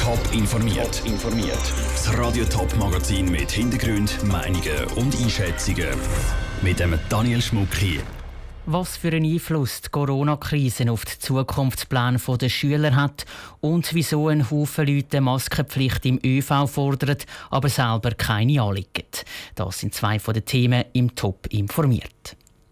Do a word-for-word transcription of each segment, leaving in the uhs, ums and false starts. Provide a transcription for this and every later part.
Top informiert. Top informiert. Das Radio Top Magazin mit Hintergrund, Meinungen und Einschätzungen mit dem Daniel Schmuck hier. Was für einen Einfluss die Corona-Krise auf die Zukunftspläne der Schüler hat und wieso ein Haufen Leute eine Maskenpflicht im ÖV fordern, aber selber keine anlegen. Das sind zwei von den Themen im Top informiert.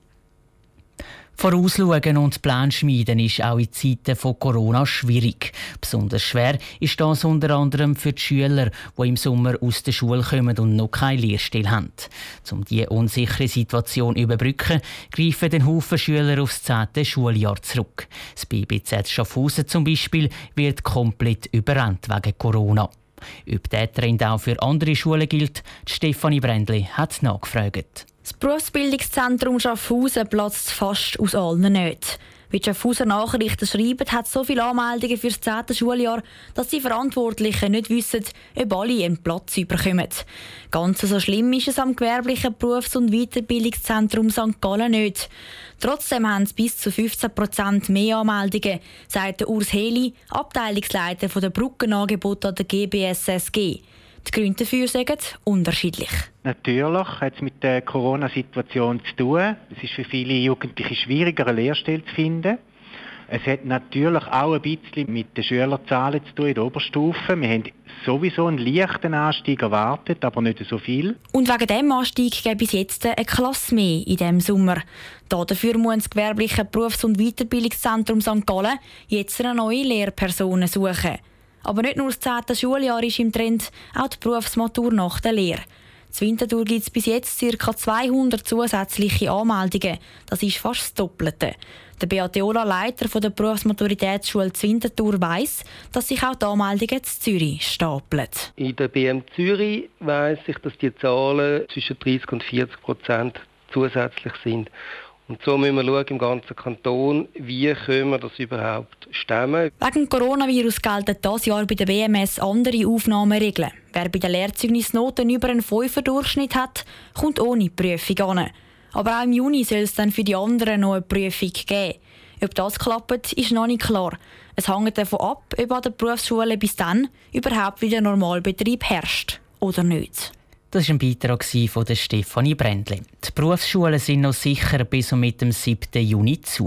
Vorausschauen und Pläne schmieden ist auch in Zeiten von Corona schwierig. Besonders schwer ist das unter anderem für die Schüler, die im Sommer aus der Schule kommen und noch keine Lehrstelle haben. Um diese unsichere Situation zu überbrücken, greifen ein Haufen Schüler aufs zehnte Schuljahr zurück. Das B B Z Schaffhausen zum Beispiel wird komplett überrannt wegen Corona. Ob dieser Trend auch für andere Schulen gilt, Stefanie Brändli hat nachgefragt. Das Berufsbildungszentrum Schaffhausen platzt fast aus allen Nähten. Wie die Schaffhauser Nachrichten schreiben, hat es so viele Anmeldungen für das zehnte Schuljahr, dass die Verantwortlichen nicht wissen, ob alle einen Platz bekommen. Ganz so schlimm ist es am gewerblichen Berufs- und Weiterbildungszentrum Sankt Gallen nicht. Trotzdem haben sie bis zu fünfzehn Prozent mehr Anmeldungen, sagt Urs Heli, Abteilungsleiter der Brückenangebote an der G B S S G. Die Gründe dafür sagen unterschiedlich. Natürlich hat es mit der Corona-Situation zu tun. Es ist für viele Jugendliche schwieriger, eine Lehrstelle zu finden. Es hat natürlich auch ein bisschen mit den Schülerzahlen zu tun in der Oberstufe. Wir haben sowieso einen leichten Anstieg erwartet, aber nicht so viel. Und wegen diesem Anstieg gibt es jetzt eine Klasse mehr in diesem Sommer. Dafür muss das gewerbliche Berufs- und Weiterbildungszentrum Sankt Gallen jetzt eine neue Lehrperson suchen. Aber nicht nur das zehnte Schuljahr ist im Trend, auch die Berufsmatur nach der Lehre. In Winterthur gibt es bis jetzt ca. zweihundert zusätzliche Anmeldungen. Das ist fast das Doppelte. Der Beate Ola, Leiter der Berufsmaturitätsschule Winterthur, weiss, dass sich auch die Anmeldungen in Zürich stapeln. In der B M Zürich weiss ich, dass die Zahlen zwischen dreißig und vierzig Prozent zusätzlich sind. Und so müssen wir schauen, im ganzen Kanton, wie können wir das überhaupt stemmen. Wegen dem Coronavirus gelten dieses Jahr bei der B M S andere Aufnahmeregeln. Wer bei den Lehrzeugnisnoten über einen Fünfer-Durchschnitt hat, kommt ohne Prüfung an. Aber auch im Juni soll es dann für die anderen noch eine Prüfung geben. Ob das klappt, ist noch nicht klar. Es hängt davon ab, ob an der Berufsschule bis dann überhaupt wieder Normalbetrieb herrscht oder nicht. Das war ein Beitrag von Stefanie Brändli. Die Berufsschulen sind noch sicher bis und mit dem siebten Juni zu.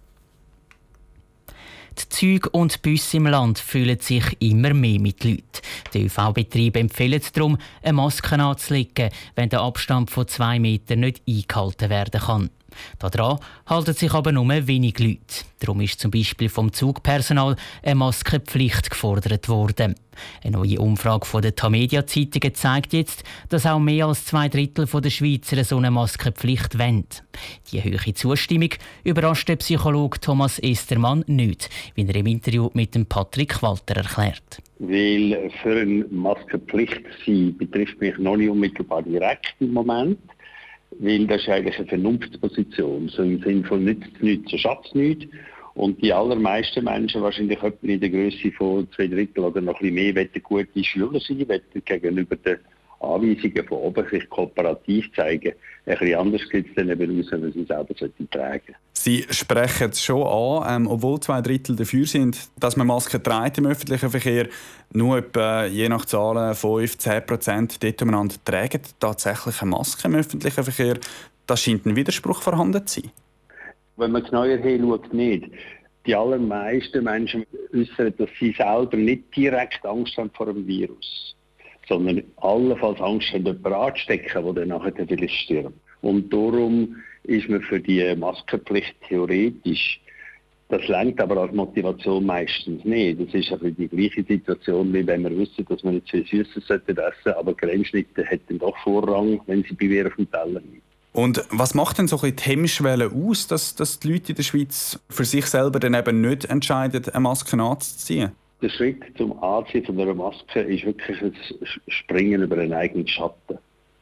Die Züge und Busse im Land füllen sich immer mehr mit Leuten. Die ÖV-Betriebe empfehlen darum, eine Maske anzulegen, wenn der Abstand von zwei Metern nicht eingehalten werden kann. Daran halten sich aber nur wenig Leute. Darum ist zum Beispiel vom Zugpersonal eine Maskenpflicht gefordert worden. Eine neue Umfrage von der Tamedia-Zeitungen zeigt jetzt, dass auch mehr als zwei Drittel der Schweizer so eine Maskenpflicht wollen. Die hohe Zustimmung überrascht der Psychologe Thomas Estermann nicht, wie er im Interview mit dem Patrick Walter erklärt. Weil für eine Maskenpflicht sie betrifft mich noch nicht unmittelbar direkt im Moment. Weil das ist eigentlich eine Vernunftsposition. So im Sinne von nützt nichts, so schafft nichts. Und die allermeisten Menschen, wahrscheinlich etwa in der Größe von zwei Drittel oder noch ein bisschen mehr, wollen gute Schüler sein, wollen gegenüber den Anweisungen von oben sich kooperativ zeigen. Ein bisschen anders sieht es dann eben aus, wenn sie selber tragen sollten. Sie sprechen es schon an, ähm, obwohl zwei Drittel dafür sind, dass man Masken trägt im öffentlichen Verkehr. Nur etwa, je nach Zahlen, fünf bis zehn Prozent dort umeinander tragen tatsächlich eine Maske im öffentlichen Verkehr. Da scheint ein Widerspruch vorhanden zu sein. Wenn man genauer hinschaut, nicht. Die allermeisten Menschen wissen, dass sie selber nicht direkt Angst haben vor dem Virus, sondern allenfalls Angst haben, jemanden anzustecken, der dann nachher vielleicht stirbt. Und darum ist man für die Maskenpflicht theoretisch. Das lenkt aber als Motivation meistens nicht. Das ist also die gleiche Situation, wie wenn wir wissen, dass man nicht zu viel Süßes essen sollte, aber Cremeschnitte hat dann doch Vorrang, wenn sie bei mir auf dem Teller liegen. Und was macht denn so ein bisschen die Hemmschwelle aus, dass, dass die Leute in der Schweiz für sich selber dann eben nicht entscheiden, eine Maske anzuziehen? Der Schritt zum Anziehen von einer Maske ist wirklich ein Springen über einen eigenen Schatten.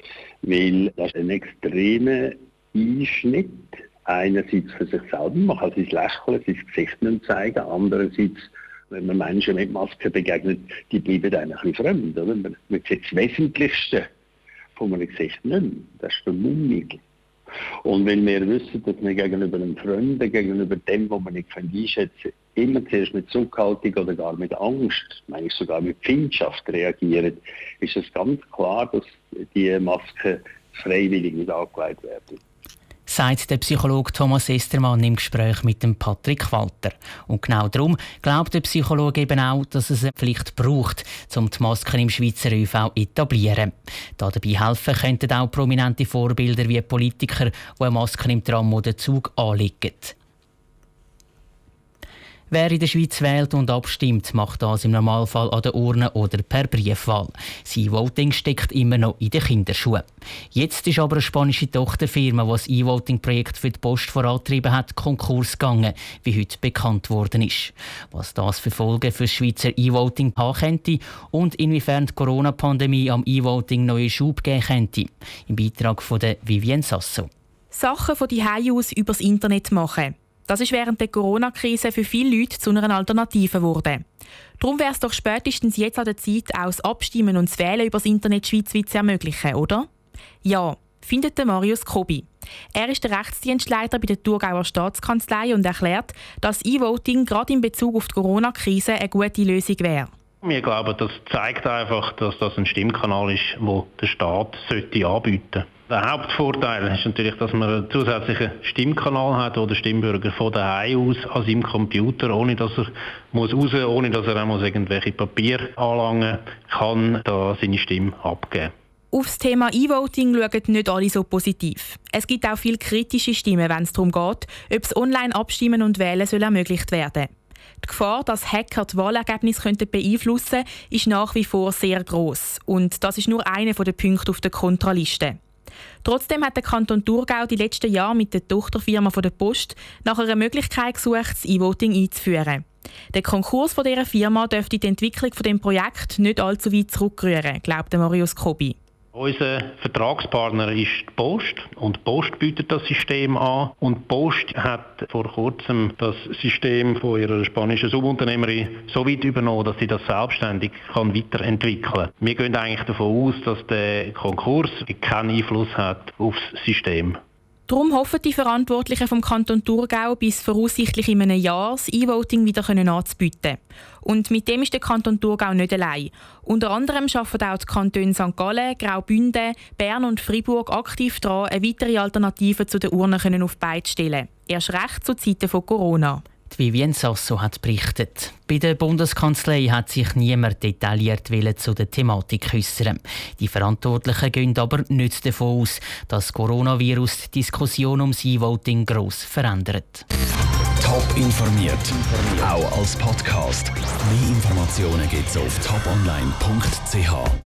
Weil das ist ein extremer Einschnitt. Einerseits für sich selber, man kann sein Lächeln, sein Gesicht nicht zeigen. Andererseits, wenn man Menschen mit Maske begegnet, die bleiben einem ein bisschen fremd. Oder? Man, man sieht das Wesentlichste von einem Gesicht nicht mehr. Das ist Vermummung. Und wenn wir wissen, dass wir gegenüber einem Fremden, gegenüber dem, was man nicht einschätzen kann, immer zuerst mit Zurückhaltung oder gar mit Angst, manchmal sogar mit Feindschaft reagieren, ist es ganz klar, dass die Masken freiwillig nicht angelegt werden. Sagt der Psychologe Thomas Estermann im Gespräch mit dem Patrick Walter. Und genau darum glaubt der Psychologe eben auch, dass es eine Pflicht braucht, um die Masken im Schweizer ÖV zu etablieren. Dabei helfen könnten auch prominente Vorbilder wie Politiker, die Masken im Tram oder Zug anlegen. Wer in der Schweiz wählt und abstimmt, macht das im Normalfall an der Urne oder per Briefwahl. Sein E-Voting steckt immer noch in den Kinderschuhen. Jetzt ist aber eine spanische Tochterfirma, die das E-Voting-Projekt für die Post vorangetrieben hat, Konkurs gegangen, wie heute bekannt worden ist. Was das für Folgen für das Schweizer E-Voting haben könnte und inwiefern die Corona-Pandemie am E-Voting neue Schub geben könnte. Im Beitrag von der Vivienne Sasso. Sachen von die Hause aus übers Internet machen. Das ist während der Corona-Krise für viele Leute zu einer Alternative geworden. Darum wäre es doch spätestens jetzt an der Zeit, auch das Abstimmen und das Wählen über das Internet schweizweit zu ermöglichen, oder? Ja, findet der Marius Kobi. Er ist der Rechtsdienstleiter bei der Thurgauer Staatskanzlei und erklärt, dass E-Voting gerade in Bezug auf die Corona-Krise eine gute Lösung wäre. Wir glauben, das zeigt einfach, dass das ein Stimmkanal ist, den der Staat sollte anbieten sollte. Der Hauptvorteil ist natürlich, dass man einen zusätzlichen Stimmkanal hat, wo der Stimmbürger von daheim aus an seinem Computer, ohne dass er muss raus, ohne dass er auch muss irgendwelche Papiere anlangen kann, da seine Stimme abgeben. Auf das Thema E-Voting schauen nicht alle so positiv. Es gibt auch viele kritische Stimmen, wenn es darum geht, ob das Online-Abstimmen und Wählen soll ermöglicht werden. Die Gefahr, dass Hacker die Wahlergebnisse beeinflussen könnten, ist nach wie vor sehr gross. Und das ist nur einer der Punkte auf der Kontraliste. Trotzdem hat der Kanton Thurgau die letzten Jahre mit der Tochterfirma von der Post nach einer Möglichkeit gesucht, das E-Voting einzuführen. Der Konkurs von dieser Firma dürfte die Entwicklung von dem Projekt nicht allzu weit zurückrühren, glaubt Marius Kobi. Unser Vertragspartner ist die Post und die Post bietet das System an und die Post hat vor kurzem das System von ihrer spanischen Subunternehmerin so weit übernommen, dass sie das selbstständig kann weiterentwickeln kann. Wir gehen eigentlich davon aus, dass der Konkurs keinen Einfluss hat auf das System. Darum hoffen die Verantwortlichen vom Kanton Thurgau bis voraussichtlich in einem Jahr das E-Voting wieder anzubieten. Und mit dem ist der Kanton Thurgau nicht allein. Unter anderem arbeiten auch die Kantone Sankt Gallen, Graubünden, Bern und Freiburg aktiv daran, eine weitere Alternative zu den Urnen auf die Beine zu stellen. Erst recht zu Zeiten von Corona. Die Vivienne Sasso hat berichtet. Bei der Bundeskanzlei hat sich niemand detailliert zu der Thematik äußern. Die Verantwortlichen gehen aber nicht davon aus, dass das Coronavirus die Diskussion ums E-Voting gross verändert. Top informiert, auch als Podcast. Mehr Informationen gibt es auf top online punkt c h.